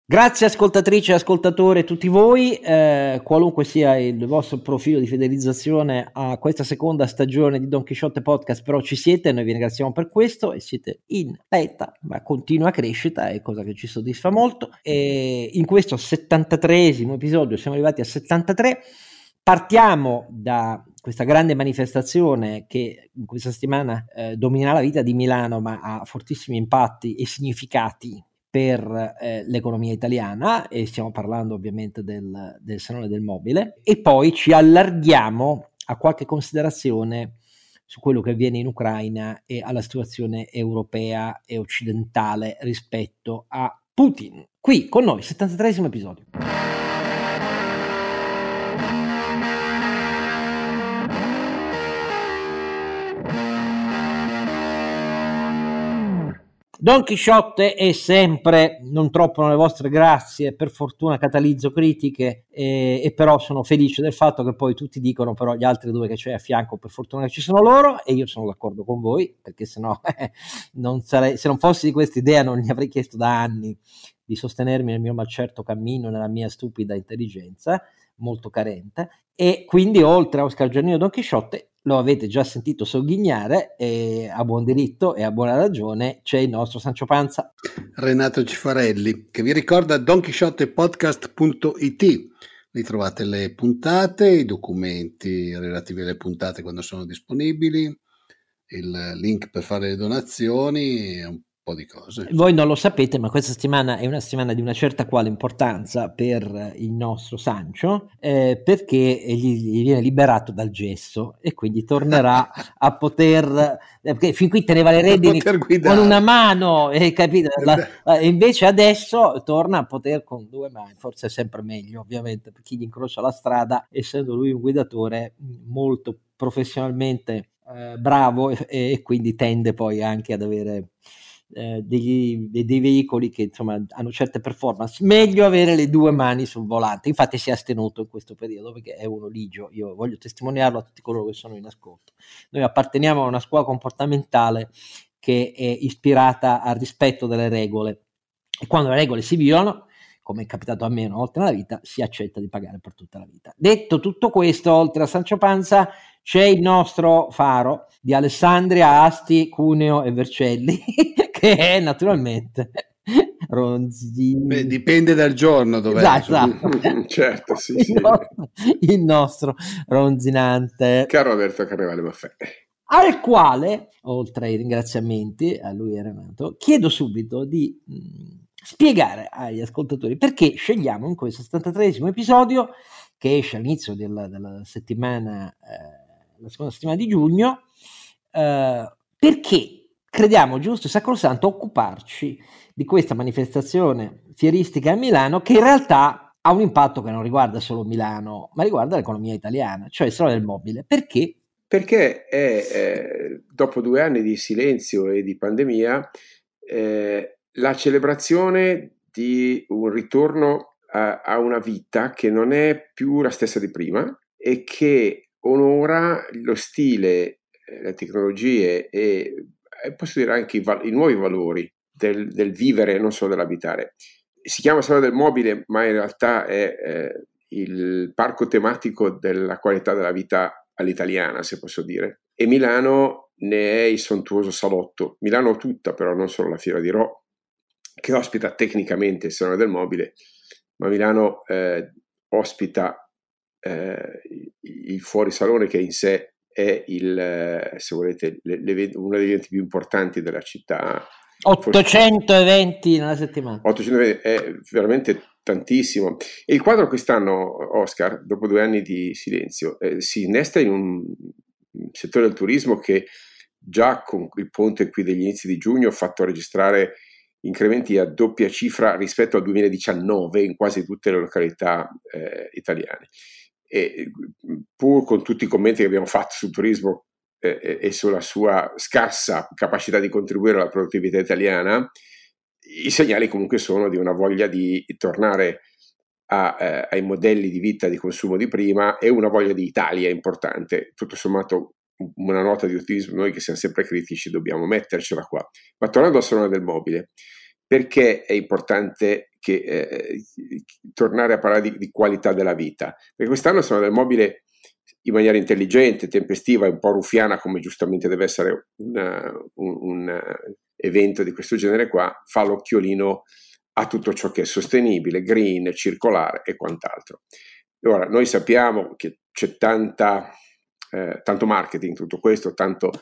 Grazie ascoltatrici e ascoltatori, tutti voi, qualunque sia il vostro profilo di fidelizzazione a questa seconda stagione di Don Chisciotte Podcast, però ci siete, noi vi ringraziamo per questo e siete in lenta ma continua crescita, è cosa che ci soddisfa molto. E in questo 73esimo episodio, siamo arrivati a 73, partiamo da questa grande manifestazione che in questa settimana dominerà la vita di Milano, ma ha fortissimi impatti e significati per l'economia italiana, e stiamo parlando ovviamente del Salone del Mobile, e poi ci allarghiamo a qualche considerazione su quello che avviene in Ucraina e alla situazione europea e occidentale rispetto a Putin. Qui con noi, 73esimo episodio. Don Chisciotte è sempre, non troppo nelle vostre grazie, per fortuna catalizzo critiche, e però sono felice del fatto che poi tutti dicono però gli altri due che c'è a fianco, per fortuna che ci sono loro, e io sono d'accordo con voi, perché sennò non sarei, se non fossi di questa idea non gli avrei chiesto da anni di sostenermi nel mio malcerto cammino, nella mia stupida intelligenza molto carente. E quindi oltre a Oscar Giannino e Don Chisciotte, lo avete già sentito sogghignare, e a buon diritto e a buona ragione c'è il nostro Sancio Panza, Renato Cifarelli, che vi ricorda donchisciottepodcast.it. Lì trovate le puntate, i documenti relativi alle puntate quando sono disponibili, il link per fare le donazioni e un po' di cose. Voi non lo sapete, ma questa settimana è una settimana di una certa quale importanza per il nostro Sancio, perché gli viene liberato dal gesso e quindi tornerà a poter, perché fin qui teneva le redini con una mano, capito? E invece adesso torna a poter con due mani, forse è sempre meglio ovviamente per chi gli incrocia la strada, essendo lui un guidatore molto professionalmente bravo, e quindi tende poi anche ad avere dei veicoli che insomma hanno certe performance. Meglio avere le due mani sul volante, infatti si è astenuto in questo periodo perché è uno ligio. Io voglio testimoniarlo a tutti coloro che sono in ascolto. Noi apparteniamo a una scuola comportamentale che è ispirata al rispetto delle regole, e quando le regole si violano, come è capitato a me una volta nella vita, si accetta di pagare per tutta la vita. Detto tutto questo, oltre a Sancio Panza c'è il nostro faro di Alessandria, Asti, Cuneo e Vercelli che è naturalmente Ronzini. Beh, dipende dal giorno dove esatto. Certo, sì, il nostro ronzinante caro Alberto Carnevale Maffè, al quale, oltre ai ringraziamenti a lui e Renato, chiedo subito di spiegare agli ascoltatori perché scegliamo in questo 73esimo episodio, che esce all'inizio della settimana, la seconda settimana di giugno, perché crediamo giusto e sacrosanto occuparci di questa manifestazione fieristica a Milano, che in realtà ha un impatto che non riguarda solo Milano, ma riguarda l'economia italiana, cioè il Salone del Mobile. Perché? Perché dopo 2 anni di silenzio e di pandemia, la celebrazione di un ritorno a una vita che non è più la stessa di prima e che onora lo stile, le tecnologie e posso dire anche i nuovi valori del vivere, non solo dell'abitare. Si chiama Salone del Mobile, ma in realtà è il parco tematico della qualità della vita all'italiana, se posso dire. E Milano ne è il sontuoso salotto. Milano tutta, però non solo la Fiera di Rho, che ospita tecnicamente il Salone del Mobile, ma Milano ospita il fuorisalone, che in sé è se volete, uno degli eventi più importanti della città. 800 eventi nella settimana. 800 eventi è veramente tantissimo. E il quadro quest'anno, Oscar, dopo 2 anni di silenzio, si innesta in un settore del turismo che già con il ponte qui degli inizi di giugno ha fatto registrare incrementi a doppia cifra rispetto al 2019 in quasi tutte le località italiane. E pur con tutti i commenti che abbiamo fatto sul turismo e sulla sua scarsa capacità di contribuire alla produttività italiana, i segnali comunque sono di una voglia di tornare ai modelli di vita di consumo di prima e una voglia di Italia importante. Tutto sommato una nota di ottimismo, noi che siamo sempre critici dobbiamo mettercela qua. Ma tornando al Salone del Mobile, perché è importante tornare a parlare di qualità della vita, perché quest'anno Salone del Mobile in maniera intelligente, tempestiva e un po' ruffiana, come giustamente deve essere un evento di questo genere qua, fa l'occhiolino a tutto ciò che è sostenibile, green, circolare e quant'altro. Ora, noi sappiamo che c'è tanto marketing, tutto questo, tanto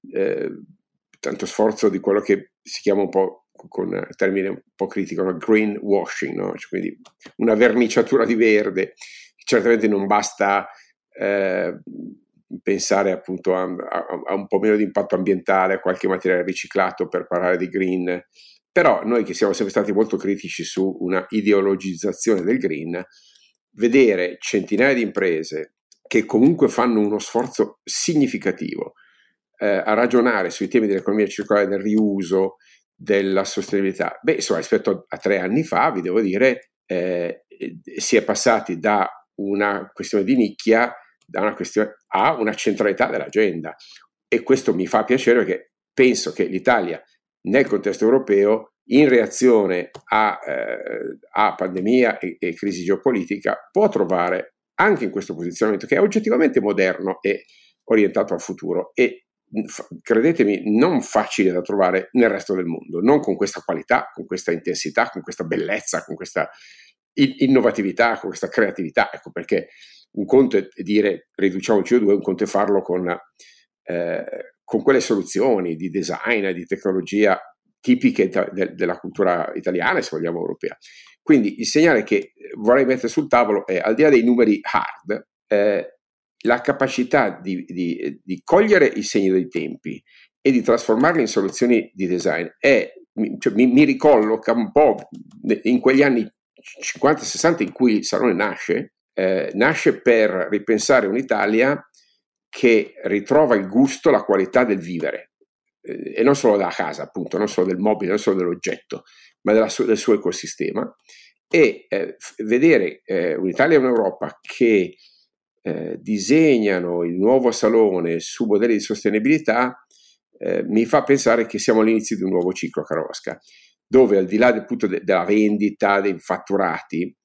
sforzo di quello che si chiama un po', con il termine un po' critico, no? Greenwashing, no? Cioè, quindi una verniciatura di verde. Certamente non basta pensare appunto a un po' meno di impatto ambientale, a qualche materiale riciclato per parlare di green, però noi che siamo sempre stati molto critici su una ideologizzazione del green, vedere centinaia di imprese che comunque fanno uno sforzo significativo a ragionare sui temi dell'economia circolare, del riuso, della sostenibilità, insomma, rispetto a 3 anni fa, vi devo dire, si è passati da una questione di nicchia a una centralità dell'agenda, e questo mi fa piacere, perché penso che l'Italia nel contesto europeo, in reazione a pandemia e crisi geopolitica, può trovare anche in questo posizionamento, che è oggettivamente moderno e orientato al futuro, e credetemi, non facile da trovare nel resto del mondo, non con questa qualità, con questa intensità, con questa bellezza, con questa innovatività, con questa creatività. Ecco perché un conto è dire riduciamo il CO2, un conto è farlo con quelle soluzioni di design e di tecnologia tipiche della cultura italiana, se vogliamo europea. Quindi il segnale che vorrei mettere sul tavolo è, al di là dei numeri hard, la capacità di cogliere i segni dei tempi e di trasformarli in soluzioni di design mi ricolloca un po' in quegli anni 50-60 in cui il Salone nasce per ripensare un'Italia che ritrova il gusto, la qualità del vivere, e non solo della casa, appunto, non solo del mobile, non solo dell'oggetto, ma del suo ecosistema, e vedere un'Italia e un'Europa che disegnano il nuovo Salone su modelli di sostenibilità, mi fa pensare che siamo all'inizio di un nuovo ciclo, caro Oscar, dove al di là appunto della vendita, dei fatturati,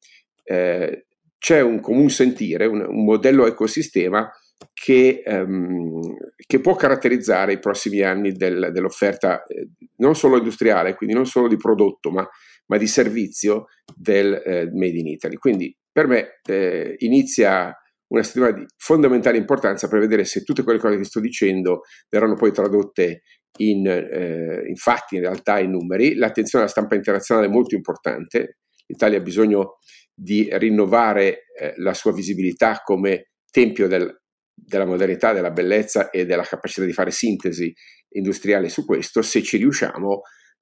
c'è un comune sentire, un modello ecosistema che può caratterizzare i prossimi anni dell'offerta non solo industriale, quindi non solo di prodotto, ma di servizio del Made in Italy. Quindi per me inizia una settimana di fondamentale importanza per vedere se tutte quelle cose che sto dicendo verranno poi tradotte in fatti, in realtà, in numeri. L'attenzione alla stampa internazionale è molto importante. L'Italia ha bisogno di rinnovare la sua visibilità come tempio della modernità, della bellezza e della capacità di fare sintesi industriale su questo. Se ci riusciamo,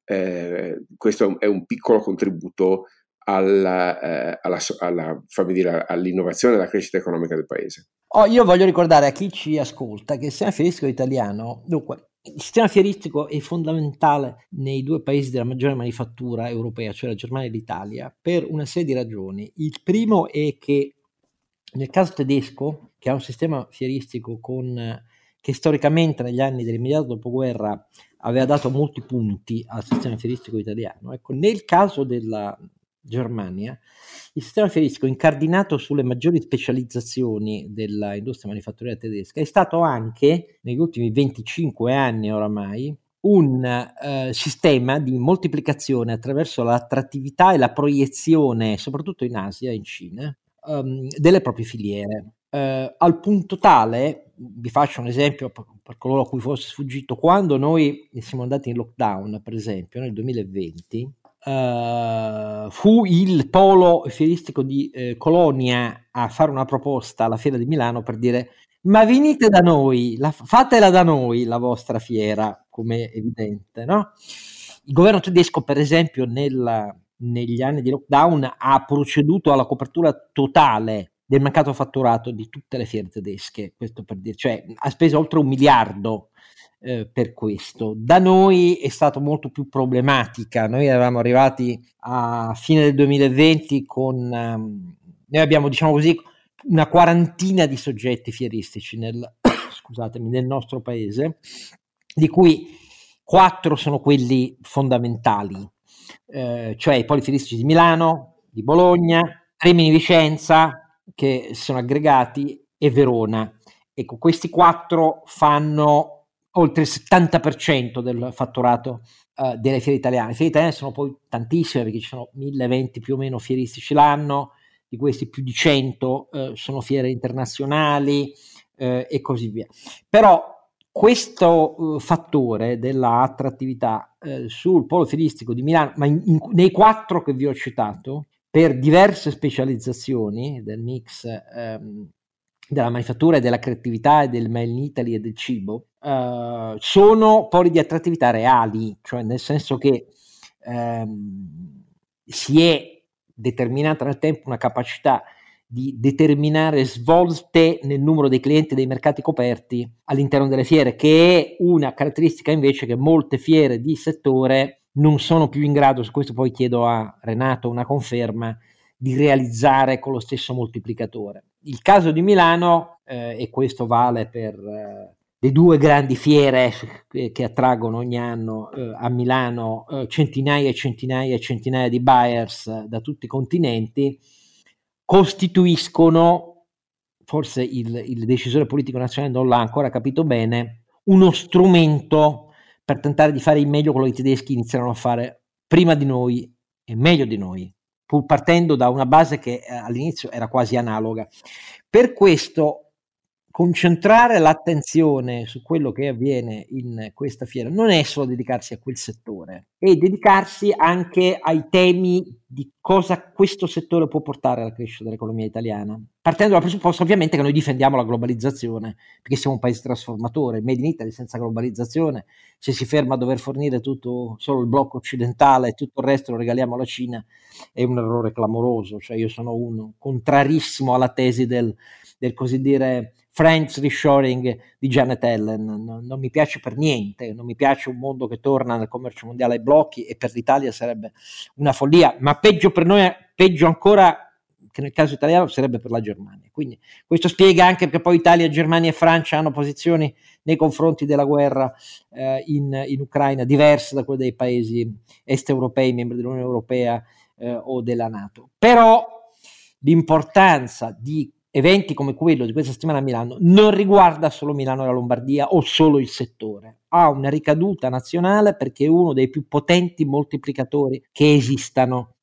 questo è un piccolo contributo all'innovazione e alla crescita economica del paese. Io voglio ricordare a chi ci ascolta che il sistema fieristico italiano, dunque, il sistema fieristico è fondamentale nei 2 paesi della maggiore manifattura europea, cioè la Germania e l'Italia, per una serie di ragioni. Il primo è che nel caso tedesco, che ha un sistema fieristico che storicamente negli anni dell'immediato dopoguerra aveva dato molti punti al sistema fieristico italiano, ecco, nel caso della Germania, il sistema fieristico, incardinato sulle maggiori specializzazioni dell'industria manifatturiera tedesca, è stato anche, negli ultimi 25 anni oramai, un sistema di moltiplicazione attraverso l'attrattività e la proiezione, soprattutto in Asia e in Cina, delle proprie filiere. Al punto tale, vi faccio un esempio per coloro a cui fosse sfuggito, quando noi siamo andati in lockdown, per esempio, nel 2020, fu il polo fieristico di Colonia a fare una proposta alla Fiera di Milano per dire: ma venite da noi, fatela da noi la vostra fiera, come è evidente, no? Il governo tedesco, per esempio, negli anni di lockdown ha proceduto alla copertura totale del mancato fatturato di tutte le fiere tedesche, questo per dire, cioè ha speso oltre 1 miliardo per questo. Da noi è stato molto più problematica. Noi eravamo arrivati a fine del 2020 noi abbiamo, diciamo così, una quarantina di soggetti fieristici nel nostro paese, di cui 4 sono quelli fondamentali. cioè i poli fieristici di Milano, di Bologna, Rimini Vicenza, che sono aggregati, e Verona. Ecco, questi 4 fanno oltre il 70% del fatturato delle fiere italiane. Le fiere italiane sono poi tantissime, perché ci sono 1020 più o meno fieristici l'anno, di questi più di 100 sono fiere internazionali e così via. Però questo fattore della attrattività sul polo fieristico di Milano, ma nei 4 che vi ho citato, per diverse specializzazioni del mix della manifattura e della creatività e del Made in Italy e del cibo, sono poli di attrattività reali, cioè nel senso che si è determinata nel tempo una capacità di determinare svolte nel numero dei clienti e dei mercati coperti all'interno delle fiere, che è una caratteristica invece che molte fiere di settore non sono più in grado, su questo poi chiedo a Renato una conferma, di realizzare con lo stesso moltiplicatore. Il caso di Milano, e questo vale per le 2 grandi fiere che attraggono ogni anno a Milano centinaia e centinaia e centinaia di buyers da tutti i continenti, costituiscono, forse il decisore politico nazionale non l'ha ancora capito bene, uno strumento per tentare di fare in meglio quello che i tedeschi iniziarono a fare prima di noi e meglio di noi, pur partendo da una base che all'inizio era quasi analoga. Per questo concentrare l'attenzione su quello che avviene in questa fiera non è solo dedicarsi a quel settore, è dedicarsi anche ai temi di cosa questo settore può portare alla crescita dell'economia italiana, partendo dal presupposto ovviamente che noi difendiamo la globalizzazione, perché siamo un paese trasformatore. Il Made in Italy senza globalizzazione, se si ferma a dover fornire tutto solo il blocco occidentale e tutto il resto lo regaliamo alla Cina, è un errore clamoroso. Cioè io sono uno contrarissimo alla tesi del così dire French reshoring di Janet Yellen. Non mi piace per niente, non mi piace un mondo che torna nel commercio mondiale ai blocchi, e per l'Italia sarebbe una follia, ma peggio per noi, peggio ancora che nel caso italiano sarebbe per la Germania. Quindi questo spiega anche che poi Italia, Germania e Francia hanno posizioni nei confronti della guerra in Ucraina diverse da quelle dei paesi est europei, membri dell'Unione Europea o della NATO. Però l'importanza di eventi come quello di questa settimana a Milano non riguarda solo Milano e la Lombardia o solo il settore, ha una ricaduta nazionale perché è uno dei più potenti moltiplicatori che esistano.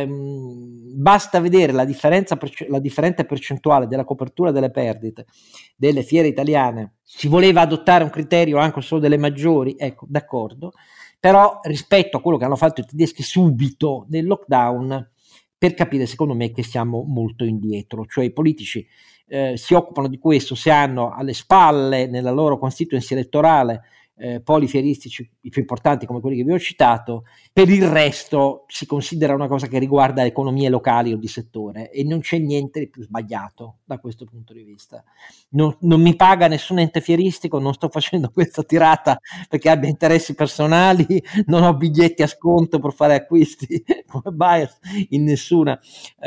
Basta vedere la differente percentuale della copertura delle perdite delle fiere italiane. Si voleva adottare un criterio anche solo delle maggiori, ecco, d'accordo, però rispetto a quello che hanno fatto i tedeschi subito nel lockdown, per capire secondo me che siamo molto indietro. Cioè i politici si occupano di questo se hanno alle spalle nella loro constituency elettorale poli fieristici i più importanti come quelli che vi ho citato. Per il resto si considera una cosa che riguarda economie locali o di settore, e non c'è niente di più sbagliato da questo punto di vista. Non mi paga nessun ente fieristico, non sto facendo questa tirata perché abbia interessi personali, non ho biglietti a sconto per fare acquisti come buyers in nessuna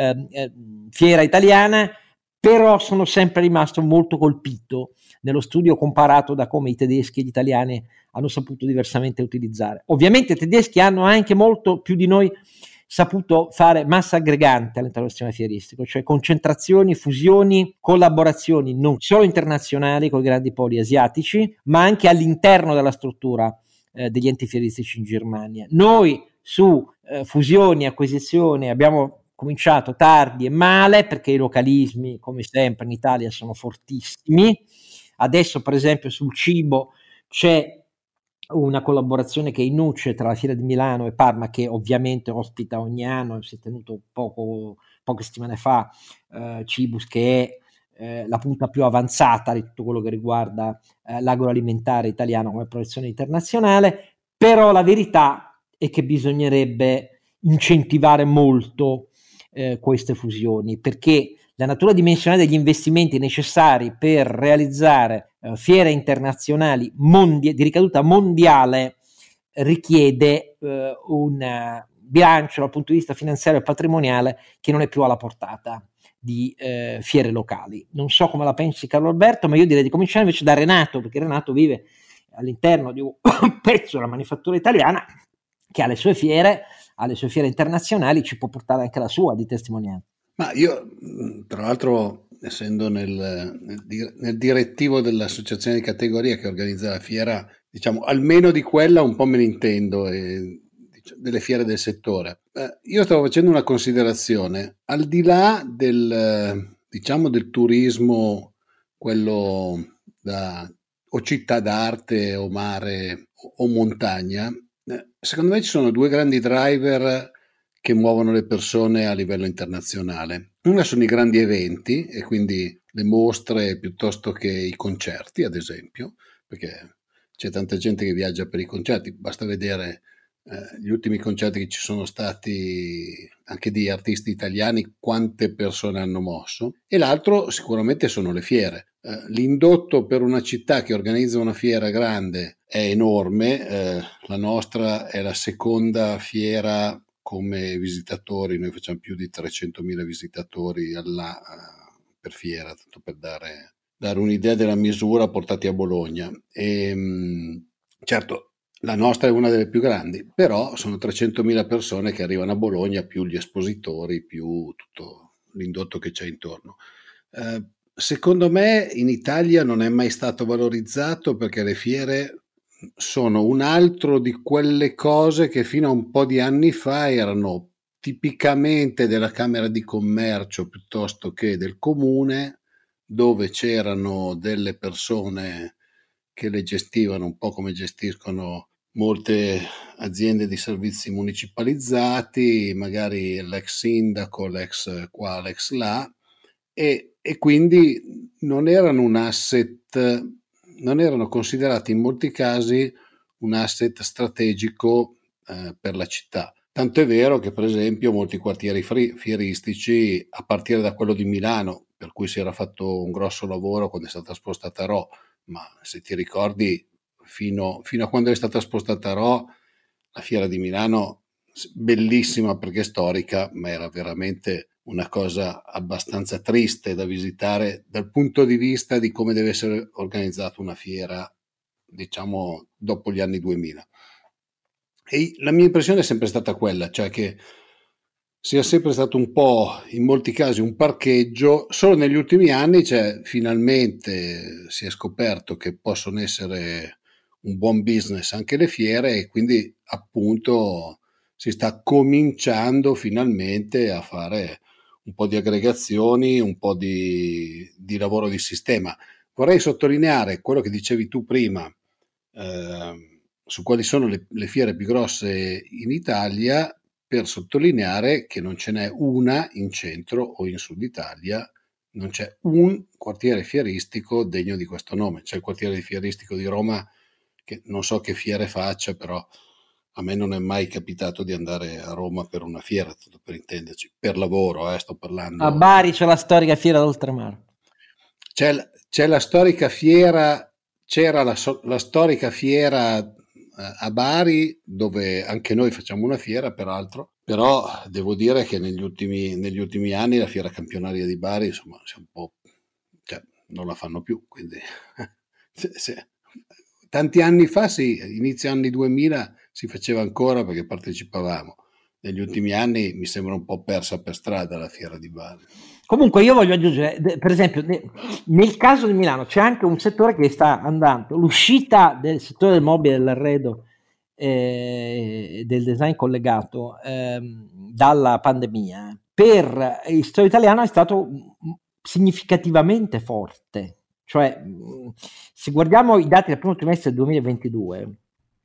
fiera italiana, però sono sempre rimasto molto colpito nello studio comparato da come i tedeschi e gli italiani hanno saputo diversamente utilizzare. Ovviamente i tedeschi hanno anche molto più di noi saputo fare massa aggregante all'interno del sistema fieristico, cioè concentrazioni, fusioni, collaborazioni non solo internazionali con i grandi poli asiatici, ma anche all'interno della struttura degli enti fieristici in Germania. Noi su fusioni e acquisizioni abbiamo cominciato tardi e male, perché i localismi, come sempre in Italia, sono fortissimi. Adesso per esempio sul cibo c'è una collaborazione che è in nuce tra la Fiera di Milano e Parma, che ovviamente ospita ogni anno, si è tenuto poche settimane fa, Cibus, che è la punta più avanzata di tutto quello che riguarda l'agroalimentare italiano come proiezione internazionale. Però la verità è che bisognerebbe incentivare molto queste fusioni, perché la natura dimensionale degli investimenti necessari per realizzare fiere internazionali di ricaduta mondiale richiede un bilancio dal punto di vista finanziario e patrimoniale che non è più alla portata di fiere locali. Non so come la pensi, Carlo Alberto, ma io direi di cominciare invece da Renato, perché Renato vive all'interno di un pezzo della manifattura italiana che ha le sue fiere alle sue fiere internazionali, ci può portare anche la sua di testimonianza. Ma io, tra l'altro, essendo nel direttivo dell'associazione di categoria che organizza la fiera, diciamo, almeno di quella un po' me ne intendo, delle fiere del settore. Io stavo facendo una considerazione, al di là diciamo, del turismo, quello da o città d'arte o mare o montagna, secondo me ci sono due grandi driver che muovono le persone a livello internazionale. Una sono i grandi eventi, e quindi le mostre piuttosto che i concerti, ad esempio, perché c'è tanta gente che viaggia per i concerti, basta vedere gli ultimi concerti che ci sono stati anche di artisti italiani, quante persone hanno mosso. E l'altro sicuramente sono le fiere. L'indotto per una città che organizza una fiera grande è enorme. La nostra è la seconda fiera come visitatori, noi facciamo più di 300.000 visitatori per fiera, tanto per dare un'idea della misura portati a Bologna. Certo, la nostra è una delle più grandi, però sono 300.000 persone che arrivano a Bologna, più gli espositori, più tutto l'indotto che c'è intorno. Secondo me in Italia non è mai stato valorizzato, perché le fiere sono un altro di quelle cose che fino a un po' di anni fa erano tipicamente della Camera di Commercio piuttosto che del comune, dove c'erano delle persone che le gestivano un po' come gestiscono molte aziende di servizi municipalizzati, magari l'ex sindaco, l'ex qua, l'ex là, e quindi non erano un asset, non erano considerati in molti casi un asset strategico per la città. Tanto è vero che, per esempio, molti quartieri fieristici, a partire da quello di Milano, per cui si era fatto un grosso lavoro quando è stata spostata Rho, ma se ti ricordi, fino a quando è stata spostata Rho, la fiera di Milano, bellissima perché è storica, ma era veramente una cosa abbastanza triste da visitare dal punto di vista di come deve essere organizzata una fiera, diciamo, dopo gli anni 2000. E la mia impressione è sempre stata quella, cioè che sia sempre stato un po', in molti casi, un parcheggio. Solo negli ultimi anni, cioè, finalmente si è scoperto che possono essere un buon business anche le fiere, e quindi appunto si sta cominciando finalmente a fare un po' di aggregazioni, un po' di lavoro di sistema. Vorrei sottolineare quello che dicevi tu prima, su quali sono le fiere più grosse in Italia, per sottolineare che non ce n'è una in centro o in sud Italia, non c'è un quartiere fieristico degno di questo nome. C'è il quartiere fieristico di Roma, che non so che fiere faccia, però a me non è mai capitato di andare a Roma per una fiera, tutto per intenderci, per lavoro, sto parlando. A Bari c'è la storica fiera d'Oltremare. C'è la storica fiera, c'era la storica fiera a Bari, dove anche noi facciamo una fiera, peraltro, però devo dire che negli ultimi anni la fiera campionaria di Bari, insomma, si è un po', cioè, non la fanno più, quindi tanti anni fa, sì, inizio anni 2000 si faceva ancora perché partecipavamo. Negli ultimi anni mi sembra un po' persa per strada la fiera di Bari. Comunque io voglio aggiungere, per esempio, nel caso di Milano c'è anche un settore che sta andando, l'uscita del settore del mobile, dell'arredo, del design collegato dalla pandemia, per il settore italiano è stato significativamente forte. Cioè, se guardiamo i dati del primo trimestre del 2022,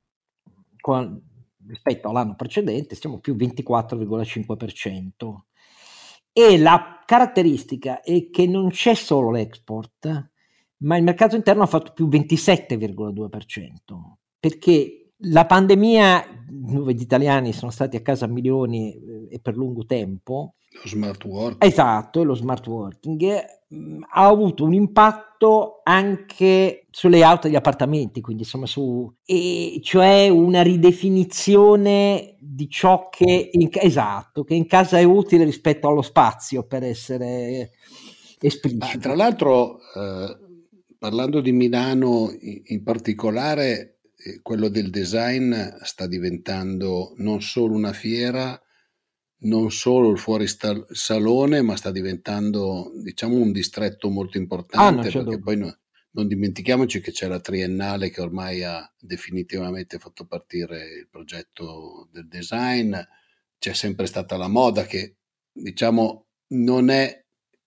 rispetto all'anno precedente, stiamo più 24,5%. E la caratteristica è che non c'è solo l'export, ma il mercato interno ha fatto più 27,2%, perché la pandemia, dove gli italiani sono stati a casa a milioni e per lungo tempo, lo smart working. Esatto, lo smart working ha avuto un impatto anche sulle auto e gli appartamenti, quindi insomma cioè una ridefinizione di ciò che che in casa è utile rispetto allo spazio, per essere esplicito. Tra l'altro, parlando di Milano in particolare, quello del design sta diventando non solo una fiera, non solo il salone, ma sta diventando, diciamo, un distretto molto importante, perché poi non dimentichiamoci che c'è la Triennale che ormai ha definitivamente fatto partire il progetto del design. C'è sempre stata la moda che, diciamo, non è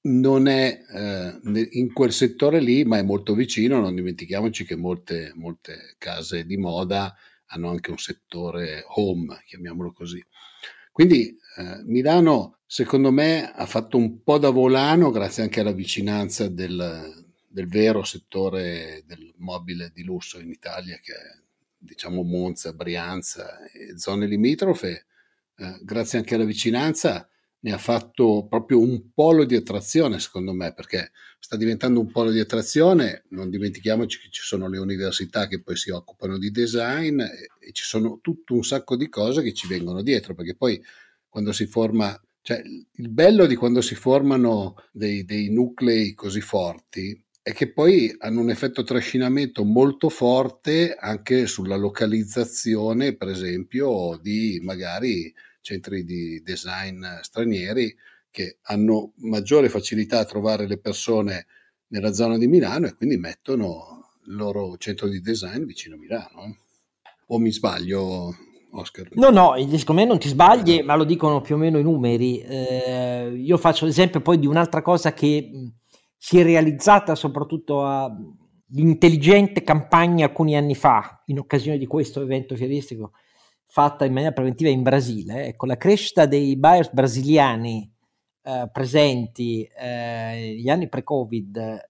in quel settore lì, ma è molto vicino. Non dimentichiamoci che molte case di moda hanno anche un settore home, chiamiamolo così. Quindi Milano, secondo me, ha fatto un po' da volano grazie anche alla vicinanza del vero settore del mobile di lusso in Italia, che è, diciamo, Monza, Brianza e zone limitrofe. Grazie anche alla vicinanza ne ha fatto proprio un polo di attrazione, secondo me, perché sta diventando un polo di attrazione. Non dimentichiamoci che ci sono le università che poi si occupano di design e ci sono tutto un sacco di cose che ci vengono dietro, perché poi quando si forma, cioè il bello di quando si formano dei nuclei così forti è che poi hanno un effetto trascinamento molto forte anche sulla localizzazione, per esempio, di magari centri di design stranieri che hanno maggiore facilità a trovare le persone nella zona di Milano e quindi mettono il loro centro di design vicino a Milano. O mi sbaglio, Oscar? No, secondo me non ti sbagli, ma lo dicono più o meno i numeri. Io faccio l'esempio poi di un'altra cosa che si è realizzata soprattutto l'intelligente campagna alcuni anni fa, in occasione di questo evento fieristico, fatta in maniera preventiva in Brasile. Ecco, la crescita dei buyers brasiliani presenti negli anni pre-Covid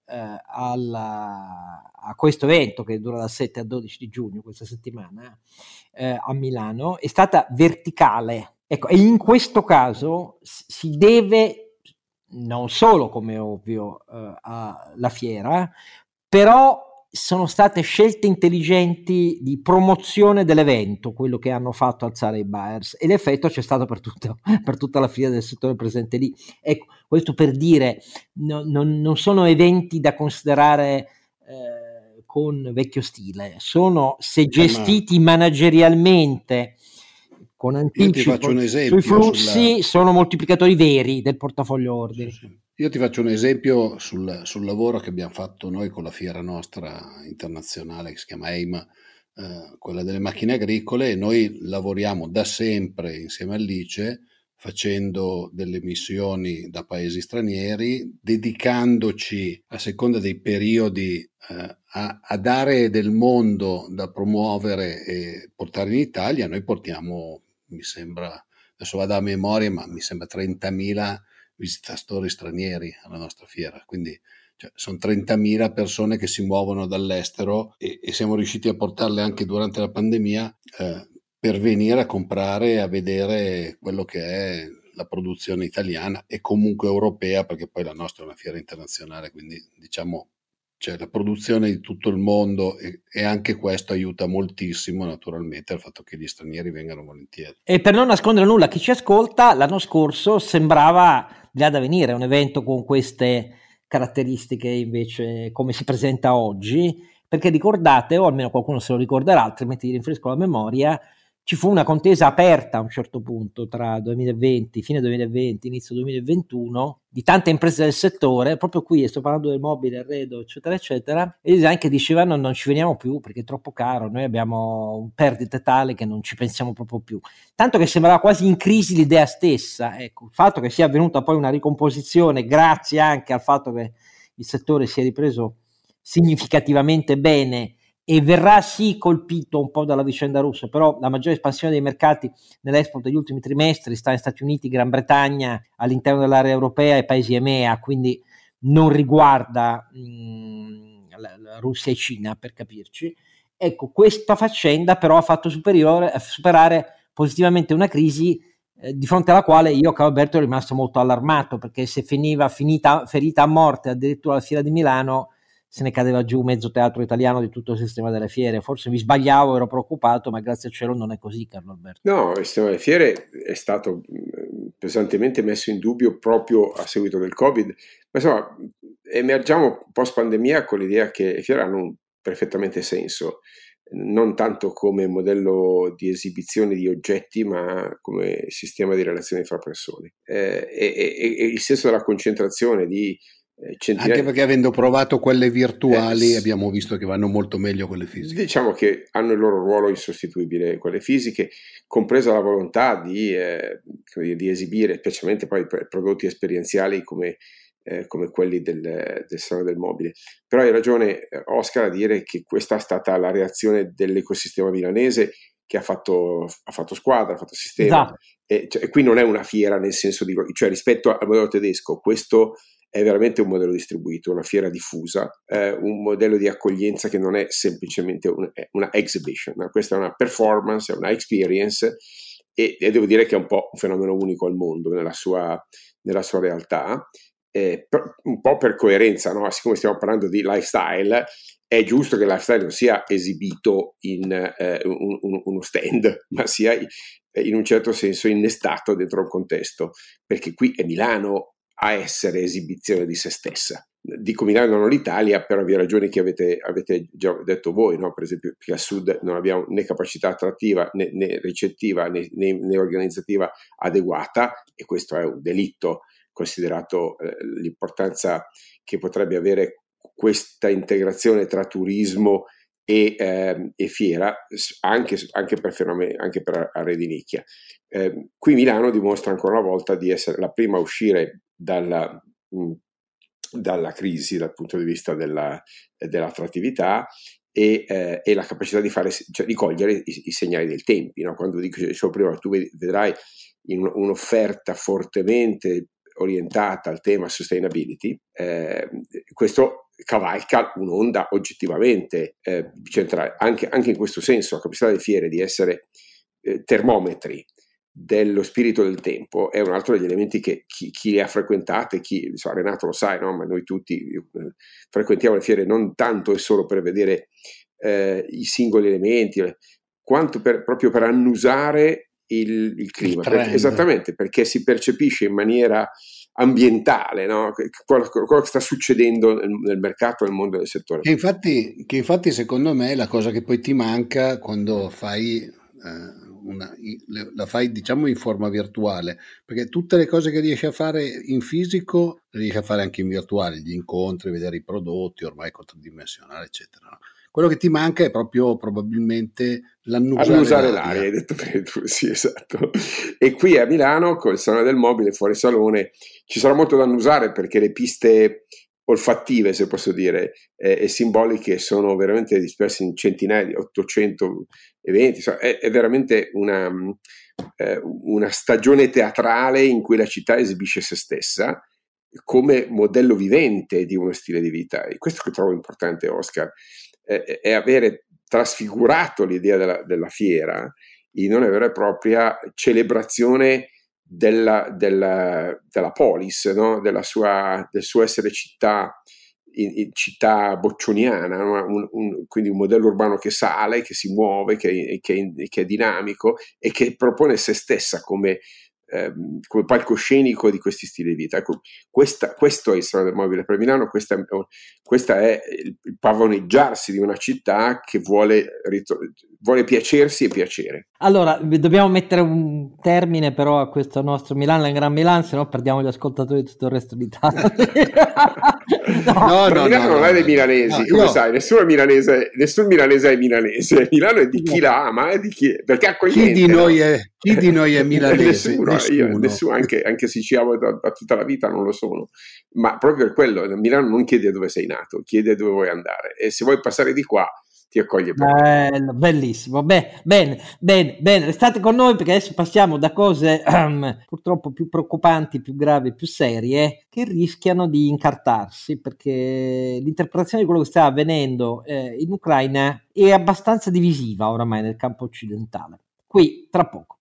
a questo evento che dura dal 7 al 12 di giugno, questa settimana, a Milano, è stata verticale. Ecco, e in questo caso si deve non solo, come ovvio, alla fiera, però sono state scelte intelligenti di promozione dell'evento, quello che hanno fatto alzare i buyers, e l'effetto c'è stato per tutta la fila del settore presente lì. Ecco, questo per dire, non sono eventi da considerare con vecchio stile, sono, se gestiti managerialmente con anticipo sui flussi, sono moltiplicatori veri del portafoglio ordini. Sì. Io ti faccio un esempio sul lavoro che abbiamo fatto noi con la fiera nostra internazionale che si chiama EIMA, quella delle macchine agricole, e noi lavoriamo da sempre insieme all'ICE facendo delle missioni da paesi stranieri, dedicandoci a seconda dei periodi ad aree del mondo da promuovere e portare in Italia. Noi portiamo, mi sembra, adesso vado a memoria, ma mi sembra 30.000 visitatori stranieri alla nostra fiera, quindi sono 30.000 persone che si muovono dall'estero e siamo riusciti a portarle anche durante la pandemia per venire a comprare e a vedere quello che è la produzione italiana e comunque europea, perché poi la nostra è una fiera internazionale, quindi diciamo c'è la produzione di tutto il mondo e anche questo aiuta moltissimo naturalmente al fatto che gli stranieri vengano volentieri. E per non nascondere nulla a chi ci ascolta, l'anno scorso sembrava là da venire un evento con queste caratteristiche, invece come si presenta oggi, perché ricordate, o almeno qualcuno se lo ricorderà, altrimenti vi rinfresco la memoria, ci fu una contesa aperta a un certo punto tra 2020, fine 2020, inizio 2021, di tante imprese del settore, proprio qui sto parlando del mobile, arredo, eccetera, eccetera, e design che dicevano non ci veniamo più perché è troppo caro, noi abbiamo perdite tale che non ci pensiamo proprio più. Tanto che sembrava quasi in crisi l'idea stessa. Ecco, il fatto che sia avvenuta poi una ricomposizione, grazie anche al fatto che il settore si è ripreso significativamente bene e verrà sì colpito un po' dalla vicenda russa, però la maggiore espansione dei mercati nell'export degli ultimi trimestri sta in Stati Uniti, Gran Bretagna, all'interno dell'area europea e paesi EMEA, quindi non riguarda la Russia e Cina, per capirci. Ecco, questa faccenda però ha fatto superare positivamente una crisi di fronte alla quale io, caro Alberto, ero rimasto molto allarmato, perché se ferita a morte addirittura alla Fiera di Milano, se ne cadeva giù mezzo teatro italiano di tutto il sistema delle fiere. Forse mi sbagliavo, ero preoccupato, ma grazie al cielo non è così, Carlo Alberto. No, il sistema delle fiere è stato pesantemente messo in dubbio proprio a seguito del Covid, ma insomma emergiamo post pandemia con l'idea che le fiere hanno perfettamente senso. non tanto come modello di esibizione di oggetti, ma come sistema di relazioni fra persone. E il senso della concentrazione di centinaia... Anche perché avendo provato quelle virtuali abbiamo visto che vanno molto meglio quelle fisiche. Diciamo che hanno il loro ruolo insostituibile quelle fisiche, compresa la volontà di esibire, specialmente poi per prodotti esperienziali come quelli del Salone del Mobile. Però hai ragione, Oscar, a dire che questa è stata la reazione dell'ecosistema milanese, che ha fatto squadra, ha fatto sistema. Esatto. E qui non è una fiera nel senso di, cioè rispetto al modello tedesco, questo è veramente un modello distribuito, una fiera diffusa, un modello di accoglienza che non è semplicemente una exhibition, no? Questa è una performance, è una experience, e devo dire che è un po' un fenomeno unico al mondo nella sua realtà. Un po' per coerenza, no? Siccome stiamo parlando di lifestyle, è giusto che il lifestyle non sia esibito in uno stand, ma sia in un certo senso innestato dentro un contesto, perché qui è Milano a essere esibizione di se stessa. Dico Milano, non l'Italia, per ovvie ragioni che avete già detto voi, no? Per esempio qui a sud non abbiamo né capacità attrattiva né ricettiva né organizzativa adeguata, e questo è un delitto, considerato l'importanza che potrebbe avere questa integrazione tra turismo e fiera, anche per fenomeni, anche per aree di nicchia. Qui Milano dimostra ancora una volta di essere la prima a uscire dalla crisi dal punto di vista dell'attrattività e la capacità di di cogliere i segnali del tempo, no? Quando dicevo prima, tu vedrai in un'offerta fortemente orientata al tema sustainability, questo cavalca un'onda oggettivamente centrale. Anche in questo senso la capacità delle fiere di essere termometri dello spirito del tempo è un altro degli elementi che chi le ha frequentate, Renato lo sai, no? Ma noi tutti frequentiamo le fiere non tanto e solo per vedere i singoli elementi, quanto proprio per annusare il clima, esattamente perché si percepisce in maniera ambientale, no? Quello che sta succedendo nel mercato, nel mondo del settore. Che infatti secondo me la cosa che poi ti manca quando fai la fai diciamo in forma virtuale, perché tutte le cose che riesci a fare in fisico le riesci a fare anche in virtuale, gli incontri, vedere i prodotti ormai contraddimensionali eccetera, no? Quello che ti manca è proprio probabilmente l'annusare l'aria, hai detto bene tu, sì, esatto. E qui a Milano, col Salone del Mobile, fuori salone, ci sarà molto da annusare, perché le piste olfattive, se posso dire, e simboliche sono veramente disperse in centinaia di 800 eventi. È veramente una stagione teatrale in cui la città esibisce se stessa come modello vivente di uno stile di vita. E questo che trovo importante, Oscar, è avere trasfigurato l'idea della fiera in una vera e propria celebrazione della polis, no? Del suo essere città, in città boccioniana, no? Quindi un modello urbano che sale, che si muove, che è dinamico e che propone se stessa come palcoscenico di questi stili di vita. Ecco, questo è il Salone del Mobile per Milano, questa è il pavoneggiarsi di una città che vuole piacersi e piacere. Allora, dobbiamo mettere un termine però a questo nostro Milan, la Gran Milan, se no perdiamo gli ascoltatori di tutto il resto d'Italia. Milano non è dei milanesi, come sai, nessun milanese è milanese. Milano è di chi la ama, perché accogliente. Chi di noi è milanese? Nessuno, anche se ci amo da tutta la vita non lo sono, ma proprio per quello Milano non chiede dove sei nato, chiede dove vuoi andare, e se vuoi passare di qua ti accoglie bene. Bellissimo, bene, restate con noi, perché adesso passiamo da cose purtroppo più preoccupanti, più gravi, più serie, che rischiano di incartarsi, perché l'interpretazione di quello che sta avvenendo in Ucraina è abbastanza divisiva oramai nel campo occidentale. Qui tra poco.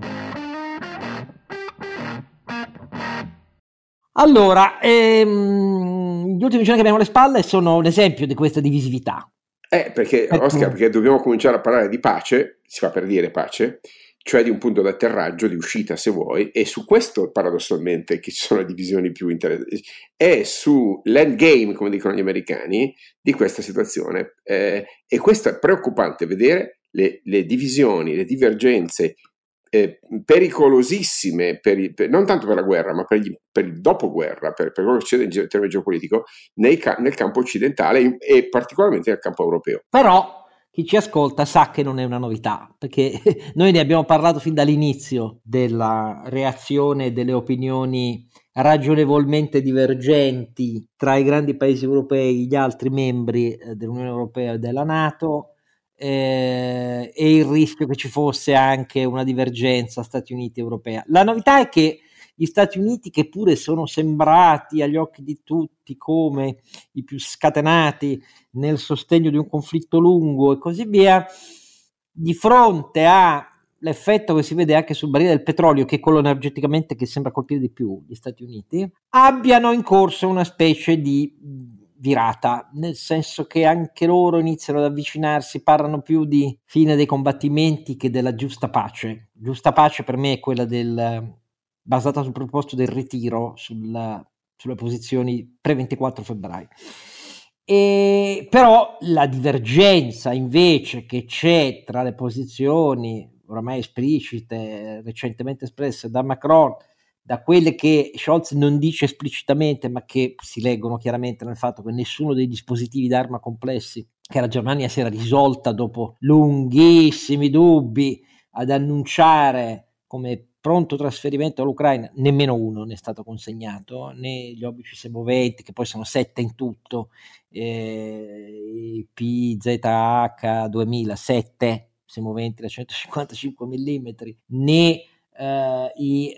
Allora, gli ultimi giorni che abbiamo alle spalle sono un esempio di questa divisività. Perché Oscar, perché dobbiamo cominciare a parlare di pace, si fa per dire pace, cioè di un punto d'atterraggio, di uscita se vuoi, e su questo paradossalmente che ci sono le divisioni più interessanti, è sull'endgame, come dicono gli americani, di questa situazione. E questo è preoccupante, vedere le divisioni, le divergenze pericolosissime, non tanto per la guerra, ma per il dopoguerra, per quello che succede in termini geopolitico nel campo occidentale e particolarmente nel campo europeo. Però chi ci ascolta sa che non è una novità, perché noi ne abbiamo parlato fin dall'inizio della reazione delle opinioni ragionevolmente divergenti tra i grandi paesi europei, gli altri membri dell'Unione Europea e della NATO, e il rischio che ci fosse anche una divergenza Stati Uniti-Europea. La novità è che gli Stati Uniti, che pure sono sembrati agli occhi di tutti come i più scatenati nel sostegno di un conflitto lungo e così via, di fronte all'effetto che si vede anche sul barile del petrolio, che è quello energeticamente che sembra colpire di più gli Stati Uniti, abbiano in corso una specie di virata, nel senso che anche loro iniziano ad avvicinarsi, parlano più di fine dei combattimenti che della giusta pace. Giusta pace per me è quella basata sul presupposto del ritiro sulle posizioni pre-24 febbraio. Però la divergenza invece che c'è tra le posizioni oramai esplicite, recentemente espresse da Macron, da quelle che Scholz non dice esplicitamente ma che si leggono chiaramente nel fatto che nessuno dei dispositivi d'arma complessi che la Germania si era risolta dopo lunghissimi dubbi ad annunciare come pronto trasferimento all'Ucraina, nemmeno uno ne è stato consegnato, né gli obici semoventi, che poi sono 7 in tutto, i PZH 2007 semoventi da 155 mm, né i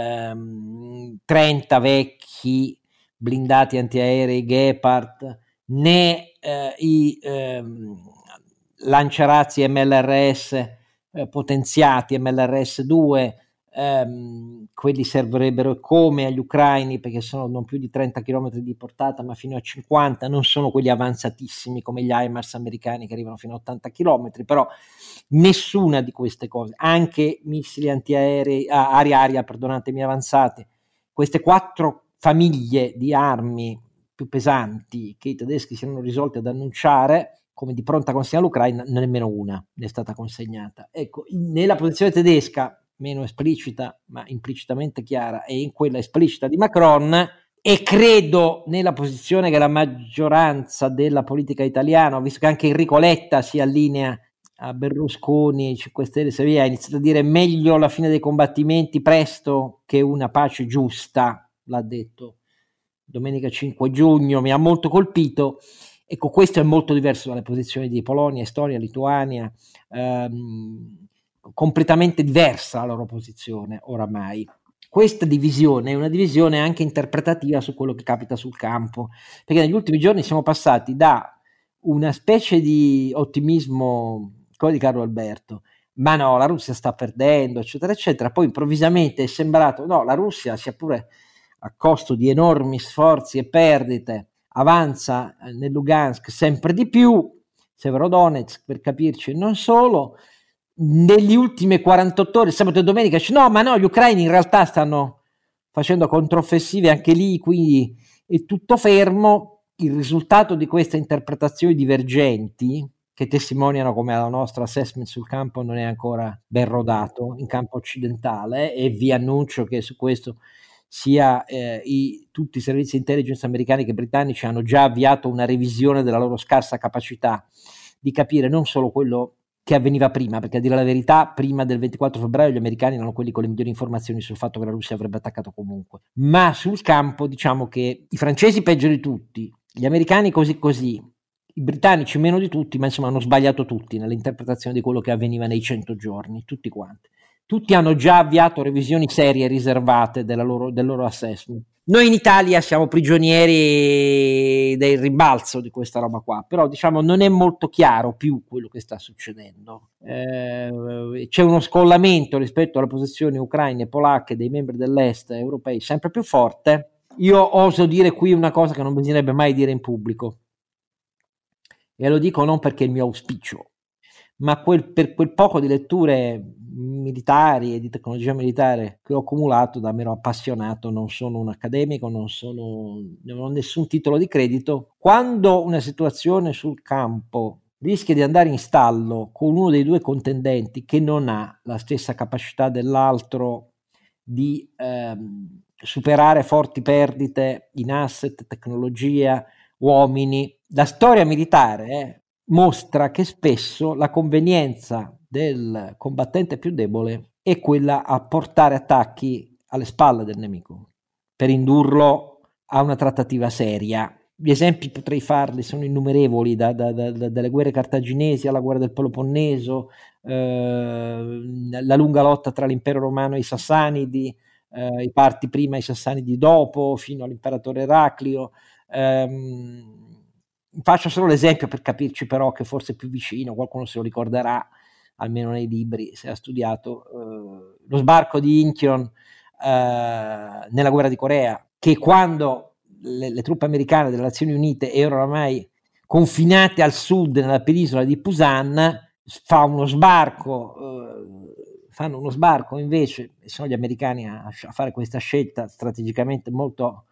30 vecchi blindati antiaerei Gepard, né i lanciarazzi MLRS potenziati MLRS 2, quelli servirebbero come agli ucraini perché sono non più di 30 km di portata ma fino a 50, non sono quelli avanzatissimi come gli HIMARS americani che arrivano fino a 80 km, però nessuna di queste cose, anche missili antiaerei, aria-aria, perdonatemi, avanzati, queste 4 famiglie di armi più pesanti che i tedeschi si erano risolti ad annunciare come di pronta consegna all'Ucraina, nemmeno una ne è stata consegnata. Ecco, nella posizione tedesca, meno esplicita ma implicitamente chiara, e in quella esplicita di Macron, e credo nella posizione che la maggioranza della politica italiana, visto che anche Enrico Letta si allinea a Berlusconi, 5 Stelle, Sevilla, ha iniziato a dire meglio la fine dei combattimenti presto che una pace giusta, l'ha detto domenica 5 giugno, mi ha molto colpito. Ecco, questo è molto diverso dalle posizioni di Polonia, Estonia, Lituania, completamente diversa la loro posizione oramai. Questa divisione è una divisione anche interpretativa su quello che capita sul campo, perché negli ultimi giorni siamo passati da una specie di ottimismo, come di Carlo Alberto, ma no, la Russia sta perdendo, eccetera, eccetera, poi improvvisamente è sembrato, no, la Russia, sia pure a costo di enormi sforzi e perdite, avanza nel Lugansk sempre di più, Severodonetsk per capirci, non solo. Negli ultime 48 ore, sabato e domenica, no, ma no, gli ucraini in realtà stanno facendo controffensive anche lì, quindi è tutto fermo. Il risultato di queste interpretazioni divergenti, che testimoniano come la nostra assessment sul campo non è ancora ben rodato in campo occidentale, e vi annuncio che su questo sia tutti i servizi intelligence americani che britannici hanno già avviato una revisione della loro scarsa capacità di capire non solo quello che avveniva prima, perché a dire la verità prima del 24 febbraio gli americani erano quelli con le migliori informazioni sul fatto che la Russia avrebbe attaccato comunque, ma sul campo diciamo che i francesi peggio di tutti, gli americani così così, i britannici meno di tutti, ma insomma hanno sbagliato tutti nell'interpretazione di quello che avveniva nei 100 giorni, tutti quanti. Tutti hanno già avviato revisioni serie riservate del loro assessment. Noi in Italia siamo prigionieri del rimbalzo di questa roba qua, però diciamo non è molto chiaro più quello che sta succedendo. C'è uno scollamento rispetto alle posizioni ucraine e polacche dei membri dell'Est europei sempre più forte. Io oso dire qui una cosa che non bisognerebbe mai dire in pubblico, e lo dico non perché è il mio auspicio, ma per quel poco di letture militari e di tecnologia militare che ho accumulato da mero appassionato, non sono un accademico, non ho nessun titolo di credito. Quando una situazione sul campo rischia di andare in stallo con uno dei due contendenti che non ha la stessa capacità dell'altro di superare forti perdite in asset, tecnologia, uomini, la storia militare mostra che spesso la convenienza del combattente più debole è quella a portare attacchi alle spalle del nemico per indurlo a una trattativa seria. Gli esempi potrei farli, sono innumerevoli, dalle guerre cartaginesi alla guerra del Peloponneso, la lunga lotta tra l'impero romano e i Sassanidi, i Parti prima e i Sassanidi dopo, fino all'imperatore Eraclio. Faccio solo l'esempio per capirci però che forse è più vicino, qualcuno se lo ricorderà, almeno nei libri, se ha studiato, lo sbarco di Incheon nella guerra di Corea, che quando le truppe americane delle Nazioni Unite erano ormai confinate al sud nella penisola di Pusan, fanno uno sbarco invece, e sono gli americani a fare questa scelta strategicamente molto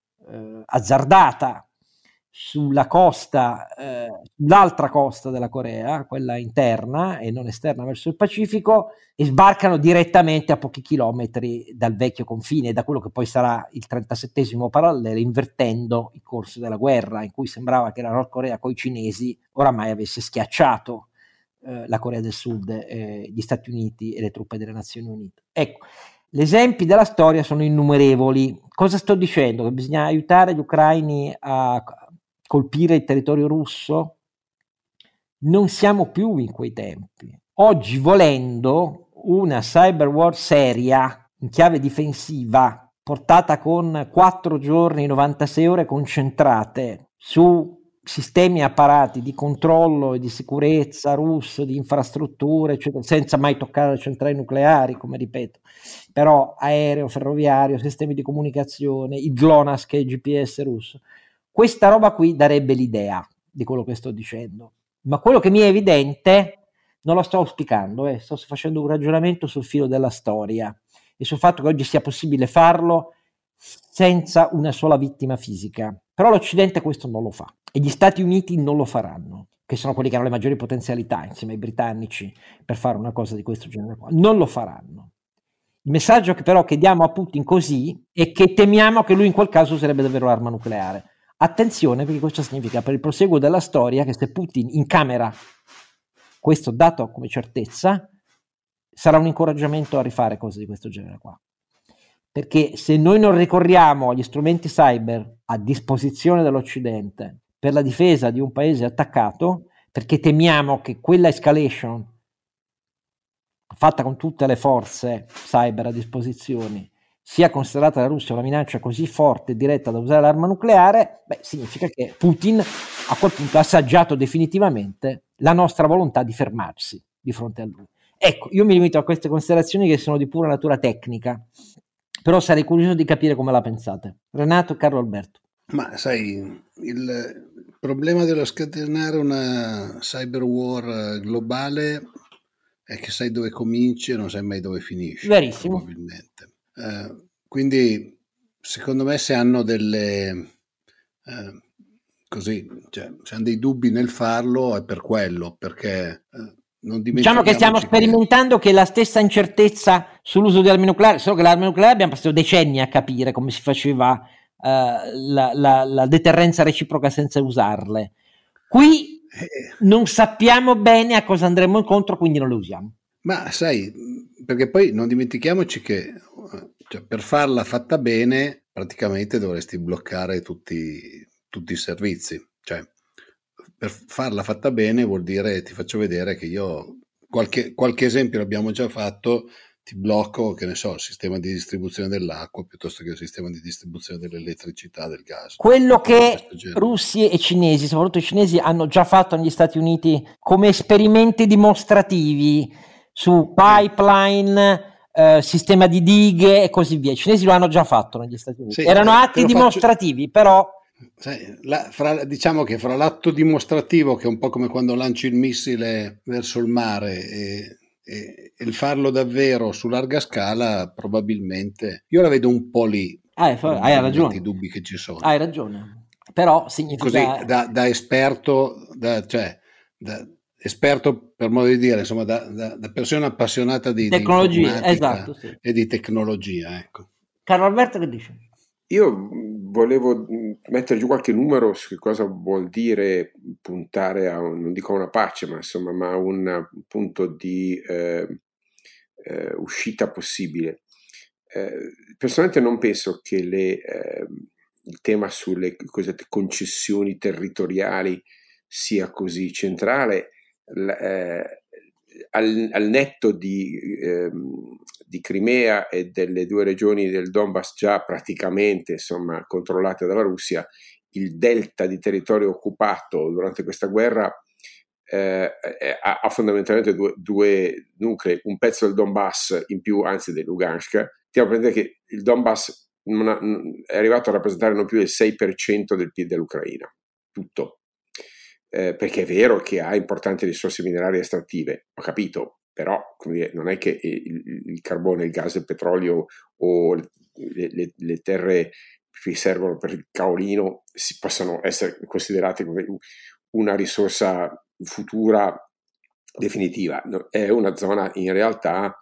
azzardata sulla costa, l'altra costa della Corea, quella interna e non esterna verso il Pacifico, e sbarcano direttamente a pochi chilometri dal vecchio confine, da quello che poi sarà il 37° parallelo, invertendo il corso della guerra, in cui sembrava che la Nord Corea coi cinesi oramai avesse schiacciato la Corea del Sud, gli Stati Uniti e le truppe delle Nazioni Unite. Ecco, gli esempi della storia sono innumerevoli. Cosa sto dicendo? Che bisogna aiutare gli ucraini a colpire il territorio russo? Non siamo più in quei tempi. Oggi, volendo, una cyber war seria in chiave difensiva, portata con 4 giorni, 96 ore concentrate su sistemi e apparati di controllo e di sicurezza russo, di infrastrutture, eccetera, senza mai toccare le centrali nucleari, come ripeto, però aereo, ferroviario, sistemi di comunicazione, il GLONASS che è il GPS russo. Questa roba qui darebbe l'idea di quello che sto dicendo, ma quello che mi è evidente non lo sto auspicando, sto facendo un ragionamento sul filo della storia e sul fatto che oggi sia possibile farlo senza una sola vittima fisica. Però l'Occidente questo non lo fa e gli Stati Uniti non lo faranno, che sono quelli che hanno le maggiori potenzialità insieme ai britannici per fare una cosa di questo genere qua. Non lo faranno. Il messaggio che però che diamo a Putin così è che temiamo che lui in quel caso userebbe davvero l'arma nucleare. Attenzione, perché questo significa per il proseguo della storia che se Putin incamera questo dato come certezza sarà un incoraggiamento a rifare cose di questo genere qua. Perché se noi non ricorriamo agli strumenti cyber a disposizione dell'Occidente per la difesa di un paese attaccato, perché temiamo che quella escalation fatta con tutte le forze cyber a disposizione sia considerata la Russia una minaccia così forte e diretta da usare l'arma nucleare, significa che Putin a quel punto ha assaggiato definitivamente la nostra volontà di fermarsi di fronte a lui. Ecco, io mi limito a queste considerazioni che sono di pura natura tecnica, però sarei curioso di capire come la pensate. Renato e Carlo Alberto. Ma sai, il problema dello scatenare una cyber war globale è che sai dove cominci e non sai mai dove finisce. Verissimo. Probabilmente. Quindi secondo me se hanno delle così, cioè, se hanno dei dubbi nel farlo è per quello, perché non diciamo che stiamo sperimentando che la stessa incertezza sull'uso di armi nucleari, solo che l'arma nucleare abbiamo passato decenni a capire come si faceva la deterrenza reciproca senza usarle. Qui non sappiamo bene a cosa andremo incontro, quindi non le usiamo. Ma sai, perché poi non dimentichiamoci che cioè, per farla fatta bene praticamente dovresti bloccare tutti i servizi, cioè per farla fatta bene vuol dire, ti faccio vedere che io qualche esempio l'abbiamo già fatto, ti blocco, che ne so, il sistema di distribuzione dell'acqua piuttosto che il sistema di distribuzione dell'elettricità, del gas. Quello che russi e cinesi, soprattutto i cinesi, hanno già fatto negli Stati Uniti come esperimenti dimostrativi su pipeline, sistema di dighe e così via. I cinesi lo hanno già fatto negli Stati Uniti. Sì, erano atti dimostrativi, però Diciamo che fra l'atto dimostrativo, che è un po' come quando lanci il missile verso il mare, e il farlo davvero su larga scala, probabilmente io la vedo un po' lì, Hai probabilmente, i ragione, dubbi che ci sono. hai ragione, però Così significa... da esperto, cioè da esperto per modo di dire, insomma, da persona appassionata di Tecnologie, informatica esatto, sì. e di tecnologia, ecco. Carlo Alberto che dice? Io volevo mettere giù qualche numero su che cosa vuol dire puntare a, non dico a una pace, ma insomma, ma a un punto di uscita possibile. Personalmente non penso che il tema sulle cosiddette concessioni territoriali sia così centrale. Al netto di Crimea e delle due regioni del Donbass già praticamente, insomma, controllate dalla Russia, il delta di territorio occupato durante questa guerra ha fondamentalmente due nuclei, un pezzo del Donbass in più, anzi del Lugansk. Stiamo a prendere che il Donbass è arrivato a rappresentare non più del 6% del PIL dell'Ucraina, tutto. Perché è vero che ha importanti risorse minerarie estrattive, ho capito, però come dire, non è che il carbone, il gas, il petrolio o le terre che servono per il caolino si possano essere considerate come una risorsa futura definitiva. È una zona in realtà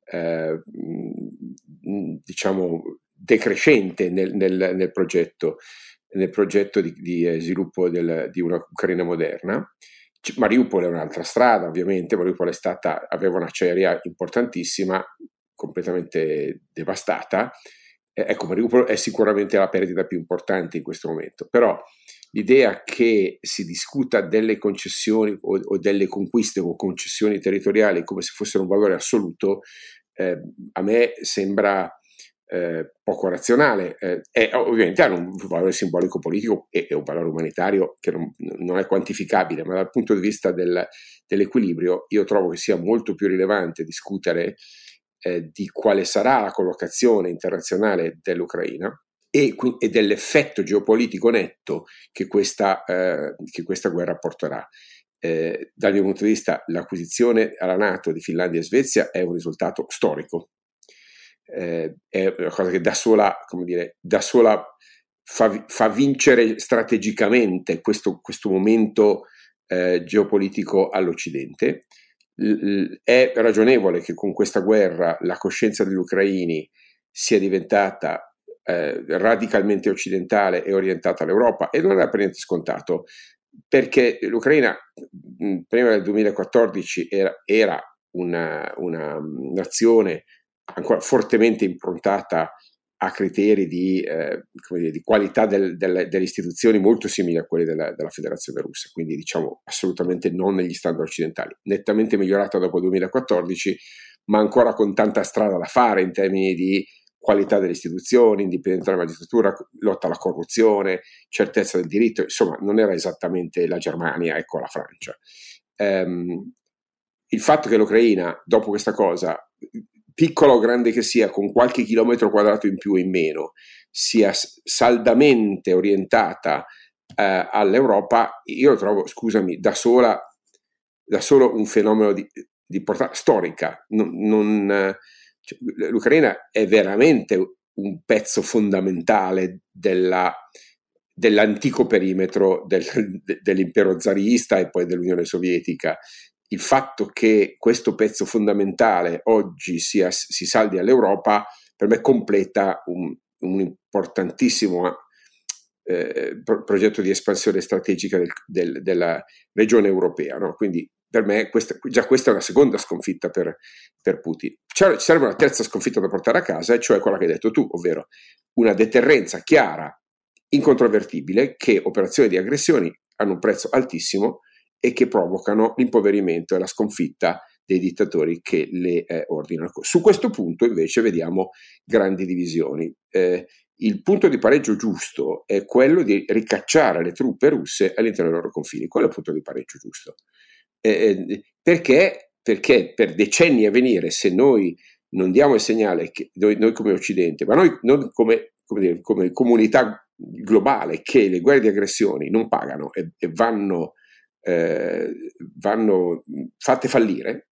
diciamo decrescente nel progetto di sviluppo di una Ucraina moderna. Mariupol è un'altra strada, ovviamente. Mariupol aveva un'acciaieria importantissima, completamente devastata. Ecco, Mariupol è sicuramente la perdita più importante in questo momento, però l'idea che si discuta delle concessioni o delle conquiste o concessioni territoriali come se fossero un valore assoluto, a me sembra poco razionale. Ovviamente hanno un valore simbolico politico e un valore umanitario che non è quantificabile, ma dal punto di vista dell'equilibrio io trovo che sia molto più rilevante discutere di quale sarà la collocazione internazionale dell'Ucraina e dell'effetto geopolitico netto che questa guerra porterà. Dal mio punto di vista, l'acquisizione alla NATO di Finlandia e Svezia è un risultato storico. È una cosa che da sola fa vincere strategicamente questo momento geopolitico all'Occidente. È ragionevole che con questa guerra la coscienza degli ucraini sia diventata radicalmente occidentale e orientata all'Europa, e non è per niente scontato, perché l'Ucraina prima del 2014 era una nazione ancora fortemente improntata a criteri di qualità delle istituzioni molto simili a quelli della Federazione Russa, quindi diciamo assolutamente non negli standard occidentali, nettamente migliorata dopo il 2014, ma ancora con tanta strada da fare in termini di qualità delle istituzioni, indipendenza della magistratura, lotta alla corruzione, certezza del diritto. Insomma, non era esattamente la Germania, ecco, la Francia. Il fatto che l'Ucraina, dopo questa cosa, piccola o grande che sia, con qualche chilometro quadrato in più o in meno, sia saldamente orientata all'Europa, io lo trovo, scusami, da solo un fenomeno di portata storica. L'Ucraina è veramente un pezzo fondamentale dell'antico perimetro dell'impero zarista e poi dell'Unione Sovietica. Il fatto che questo pezzo fondamentale oggi si saldi all'Europa, per me completa un importantissimo progetto di espansione strategica della regione europea, no? Quindi per me già questa è una seconda sconfitta per Putin. Ci sarebbe una terza sconfitta da portare a casa, e cioè quella che hai detto tu, ovvero una deterrenza chiara, incontrovertibile, che operazioni di aggressioni hanno un prezzo altissimo e che provocano l'impoverimento e la sconfitta dei dittatori che le ordinano. Su questo punto invece vediamo grandi divisioni. Il punto di pareggio giusto è quello di ricacciare le truppe russe all'interno dei loro confini. Quello è il punto di pareggio giusto. Perché per decenni a venire, se noi non diamo il segnale che noi come Occidente, ma noi come comunità globale che le guerre di aggressioni non pagano e vanno fatte fallire,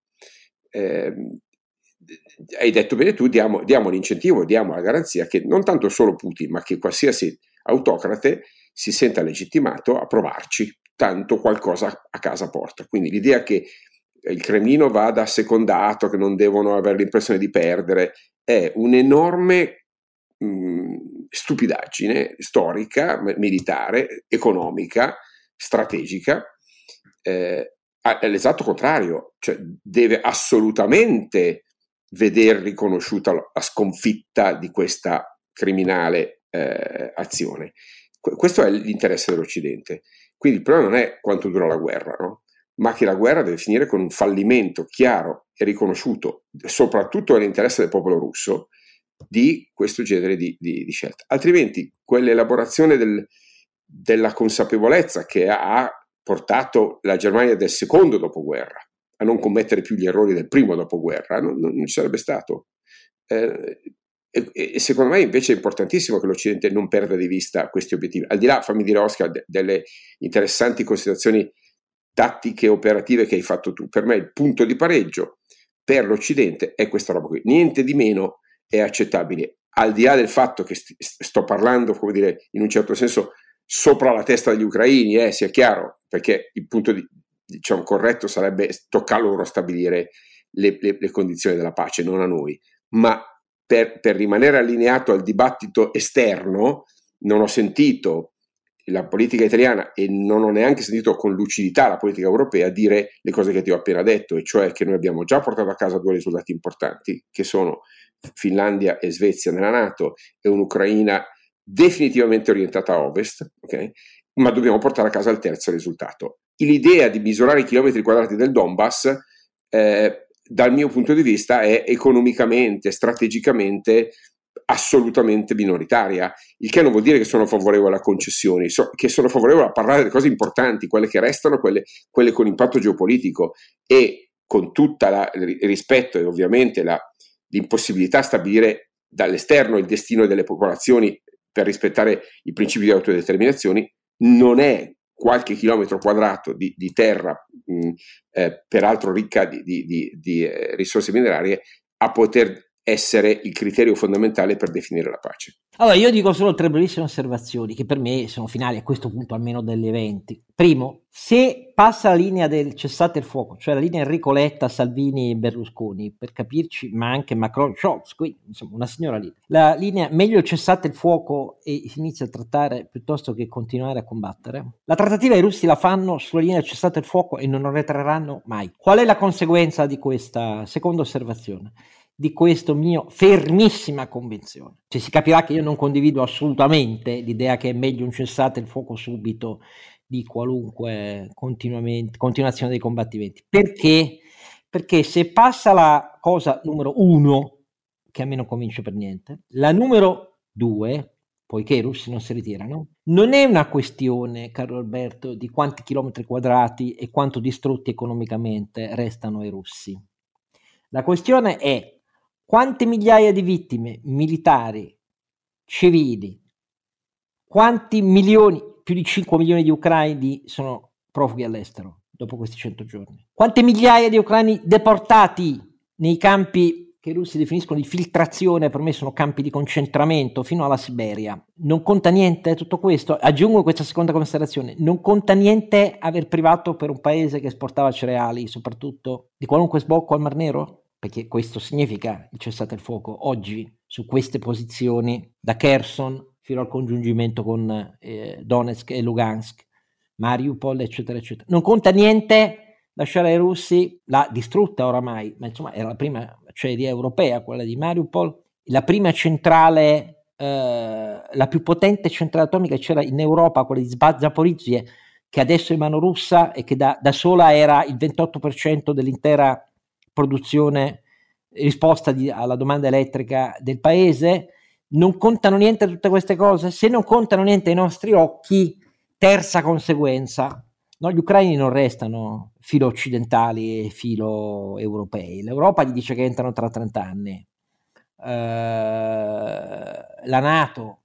hai detto bene tu, diamo l'incentivo, diamo la garanzia che non tanto solo Putin, ma che qualsiasi autocrate si senta legittimato a provarci, tanto qualcosa a casa porta. Quindi l'idea che il Cremlino vada assecondato, che non devono avere l'impressione di perdere, è un'enorme stupidaggine storica, militare, economica, strategica, è l'esatto contrario, cioè deve assolutamente veder riconosciuta la sconfitta di questa criminale azione. Questo è l'interesse dell'Occidente. Quindi il problema non è quanto dura la guerra, no? Ma che la guerra deve finire con un fallimento chiaro e riconosciuto, soprattutto nell'interesse del popolo russo, di questo genere di scelta. Altrimenti quell'elaborazione della consapevolezza che ha portato la Germania del secondo dopoguerra a non commettere più gli errori del primo dopoguerra non ci sarebbe stato. E secondo me invece è importantissimo che l'Occidente non perda di vista questi obiettivi. Al di là, fammi dire, Oscar, delle interessanti considerazioni tattiche e operative che hai fatto tu, per me il punto di pareggio per l'Occidente è questa roba qui, niente di meno è accettabile, al di là del fatto che sto parlando, come dire, in un certo senso sopra la testa degli ucraini, sia chiaro, perché il punto diciamo corretto sarebbe tocca a loro stabilire le condizioni della pace, non a noi, ma per rimanere allineato al dibattito esterno non ho sentito la politica italiana e non ho neanche sentito con lucidità la politica europea dire le cose che ti ho appena detto, e cioè che noi abbiamo già portato a casa 2 risultati importanti, che sono Finlandia e Svezia nella NATO e un'Ucraina definitivamente orientata a ovest, okay? Ma dobbiamo portare a casa il terzo risultato. L'idea di misurare i chilometri quadrati del Donbass, dal mio punto di vista, è economicamente, strategicamente assolutamente minoritaria, il che non vuol dire che sono favorevole a concessioni, che sono favorevole a parlare delle cose importanti, quelle che restano, quelle con impatto geopolitico, e con tutto il rispetto e ovviamente l'impossibilità a stabilire dall'esterno il destino delle popolazioni per rispettare i principi di autodeterminazione. Non è qualche chilometro quadrato di terra, peraltro ricca di risorse minerarie, a poter essere il criterio fondamentale per definire la pace. Allora, io dico solo 3 brevissime osservazioni che per me sono finali a questo punto almeno degli eventi. Primo, se passa la linea del cessate il fuoco, cioè la linea Enrico Letta, Salvini e Berlusconi, per capirci, ma anche Macron, Scholz, quindi insomma una signora linea. La linea meglio cessate il fuoco e si inizia a trattare piuttosto che continuare a combattere. La trattativa i russi la fanno sulla linea cessate il fuoco e non arretreranno mai. Qual è la conseguenza di questa seconda osservazione? Di questo mio fermissima convinzione. Cioè, si capirà che io non condivido assolutamente l'idea che è meglio un cessate il fuoco subito di qualunque continuazione dei combattimenti. Perché? Perché se passa la cosa numero 1, che a me non convince per niente, la numero 2, poiché i russi non si ritirano, non è una questione, caro Alberto, di quanti chilometri quadrati e quanto distrutti economicamente restano i russi. La questione è quante migliaia di vittime militari, civili, quanti milioni, più di 5 milioni di ucraini sono profughi all'estero dopo questi 100 giorni? Quante migliaia di ucraini deportati nei campi che i russi definiscono di filtrazione, per me sono campi di concentramento fino alla Siberia? Non conta niente tutto questo? Aggiungo questa seconda considerazione: non conta niente aver privato per un paese che esportava cereali, soprattutto di qualunque sbocco al Mar Nero? Perché questo significa il cessate il fuoco oggi su queste posizioni, da Kherson fino al congiungimento con Donetsk e Lugansk, Mariupol, eccetera, eccetera. Non conta niente lasciare ai russi, l'ha distrutta oramai, ma insomma era la prima acciaieria europea, quella di Mariupol, la prima centrale, la più potente centrale atomica che c'era in Europa, quella di Zaporizhzhia, che adesso è in mano russa e che da sola era il 28% dell'intera produzione, risposta alla domanda elettrica del paese. Non contano niente tutte queste cose? Se non contano niente ai nostri occhi, terza conseguenza, no? Gli ucraini non restano filo occidentali e filo europei. L'Europa gli dice che entrano tra 30 anni. La NATO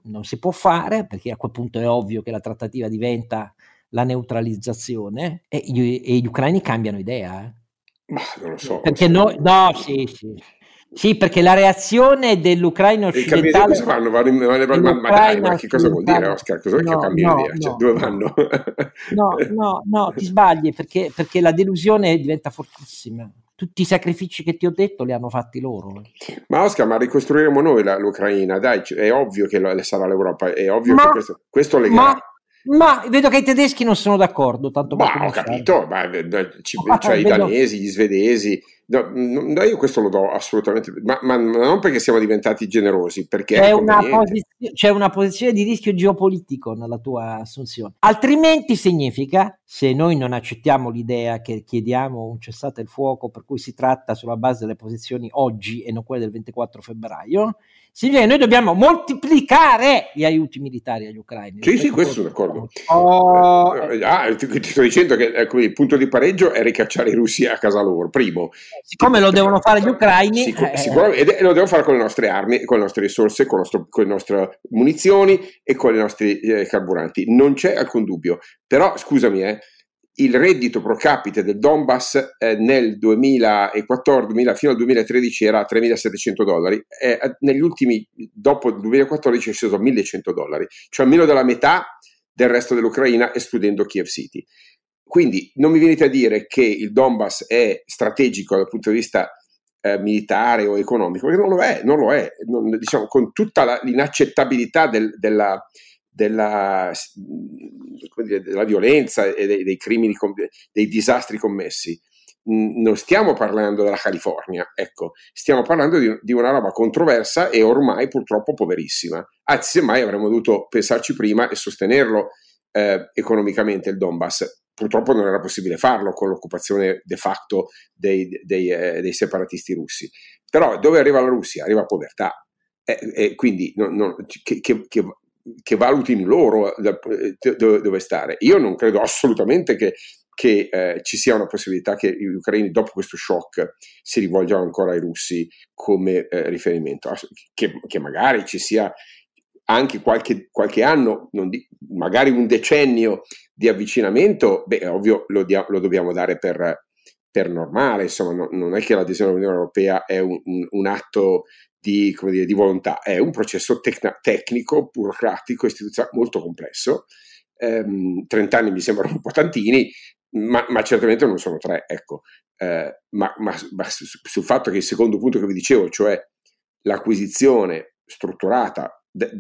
non si può fare, perché a quel punto è ovvio che la trattativa diventa la neutralizzazione, e gli ucraini cambiano idea. Ma non lo so. Perché sì, perché la reazione dell'Ucraina occidentale... Cosa fanno? Ma che cosa vuol dire, Oscar? Cosa vuol che cambiano idea? Cioè, dove vanno? No, ti sbagli, perché la delusione diventa fortissima. Tutti i sacrifici che ti ho detto li hanno fatti loro. Ma Oscar, ma ricostruiremo noi l'Ucraina, dai, è ovvio che sarà l'Europa, è ovvio che questo legherà. Ma vedo che i tedeschi non sono d'accordo, tanto per ho capito, cioè i danesi, gli svedesi, no, io questo lo do assolutamente, ma non perché siamo diventati generosi, perché c'è una posizione di rischio geopolitico nella tua assunzione. Altrimenti significa, se noi non accettiamo l'idea che chiediamo un cessate il fuoco, per cui si tratta sulla base delle posizioni oggi e non quelle del 24 febbraio, significa che noi dobbiamo moltiplicare gli aiuti militari agli ucraini. Sì, questo sono d'accordo. Ti sto dicendo che il punto di pareggio è ricacciare i russi a casa loro, primo. Siccome lo devono fare gli ucraini, sicuramente, e lo devono fare con le nostre armi, con le nostre risorse, con le nostre munizioni e con i nostri carburanti. Non c'è alcun dubbio. Però, scusami, il reddito pro capite del Donbass nel 2014 fino al 2013 era $3.700, negli ultimi, dopo il 2014 è sceso a $1.100, cioè meno della metà del resto dell'Ucraina, escludendo Kiev City. Quindi non mi venite a dire che il Donbass è strategico dal punto di vista militare o economico, perché non lo è, diciamo, con tutta l'inaccettabilità della violenza e dei crimini, dei disastri commessi. Non stiamo parlando della California, ecco, stiamo parlando di una roba controversa e ormai purtroppo poverissima. Anzi, semmai avremmo dovuto pensarci prima e sostenerlo economicamente il Donbass. Purtroppo non era possibile farlo con l'occupazione de facto dei separatisti russi. Però dove arriva la Russia? Arriva a povertà. Quindi che valutino loro dove stare. Io non credo assolutamente che ci sia una possibilità che gli ucraini dopo questo shock si rivolgano ancora ai russi come riferimento, che magari ci sia anche qualche anno, magari un decennio di avvicinamento, ovvio lo dobbiamo dare per normale, insomma, non è che l'adesione all'Unione Europea è un atto di volontà, è un processo tecnico, burocratico, istituzionale molto complesso. 30 anni mi sembrano un po' tantini, ma certamente non sono 3, ecco. Ma sul fatto che il secondo punto che vi dicevo, cioè l'acquisizione strutturata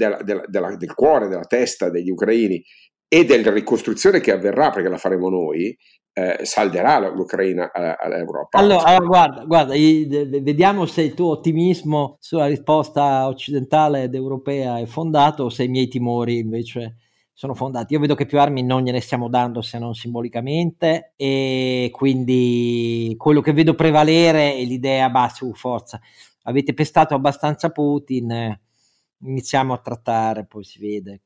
del cuore, della testa degli ucraini e della ricostruzione che avverrà, perché la faremo noi, salderà l'Ucraina all'Europa. Allora guarda, vediamo se il tuo ottimismo sulla risposta occidentale ed europea è fondato o se i miei timori invece sono fondati. Io vedo che più armi non gliene stiamo dando se non simbolicamente, e quindi quello che vedo prevalere è l'idea, su forza, avete pestato abbastanza Putin, iniziamo a trattare, poi si vede.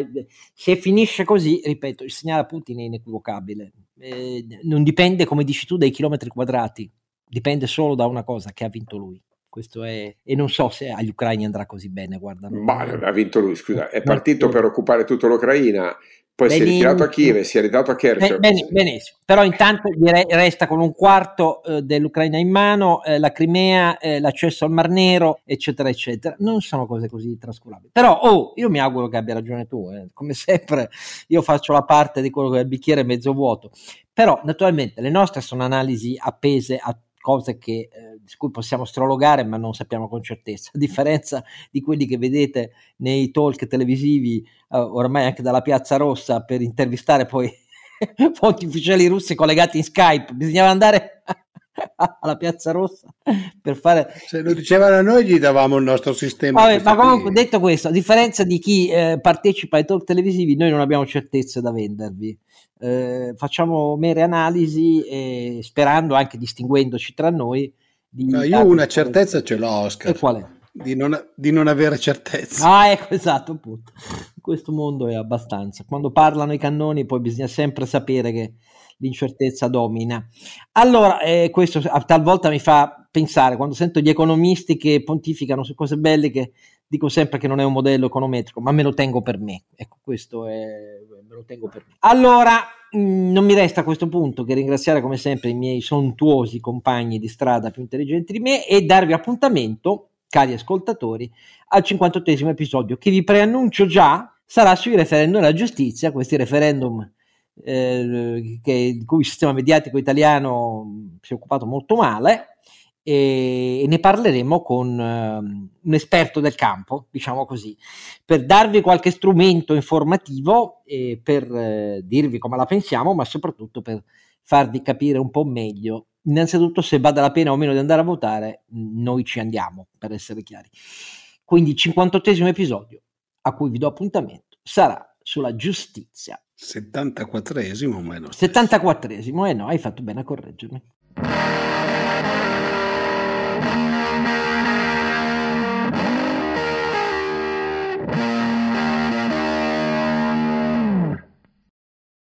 Se finisce così, ripeto, il segnale a Putin è inequivocabile. Non dipende, come dici tu, dai chilometri quadrati, dipende solo da una cosa, che ha vinto lui. Questo è, e non so se agli ucraini andrà così bene, guarda. Ma ha vinto lui, scusa, è partito per occupare tutta l'Ucraina, poi si è ritirato a Kiev, si è ritirato a Kerch. Benissimo, però intanto resta con un quarto dell'Ucraina in mano, la Crimea, l'accesso al Mar Nero, eccetera, eccetera. Non sono cose così trascurabili. Però io mi auguro che abbia ragione tu, come sempre io faccio la parte di quello che è il bicchiere mezzo vuoto. Però naturalmente le nostre sono analisi appese a cose su cui possiamo strologare ma non sappiamo con certezza, a differenza di quelli che vedete nei talk televisivi ormai anche dalla Piazza Rossa per intervistare poi fonti ufficiali russi collegati in Skype. Bisognava andare alla Piazza Rossa per fare, se lo dicevano a noi gli davamo il nostro sistema. Ma comunque, detto questo, a differenza di chi partecipa ai talk televisivi, noi non abbiamo certezze da vendervi. Facciamo mere analisi, sperando, anche distinguendoci tra noi, io una certezza ce l'ho, Oscar. E qual è? Di non avere certezza. Ecco, esatto, appunto. In questo mondo è abbastanza. Quando parlano i cannoni poi bisogna sempre sapere che l'incertezza domina. Allora, questo talvolta mi fa pensare, quando sento gli economisti che pontificano su cose belle, che dico sempre che non è un modello econometrico, ma me lo tengo per me. Ecco, questo è, me lo tengo per me. Allora, non mi resta a questo punto che ringraziare come sempre i miei sontuosi compagni di strada più intelligenti di me e darvi appuntamento, cari ascoltatori, al 58esimo episodio, che vi preannuncio già sarà sui referendum della giustizia, questi referendum di cui il sistema mediatico italiano si è occupato molto male, e ne parleremo con un esperto del campo, diciamo così, per darvi qualche strumento informativo e per dirvi come la pensiamo, ma soprattutto per farvi capire un po' meglio innanzitutto se vale la pena o meno di andare a votare. Noi ci andiamo, per essere chiari. Quindi il 58esimo episodio a cui vi do appuntamento sarà sulla giustizia. 74esimo, ma è lo stesso. 74esimo, no, hai fatto bene a correggermi.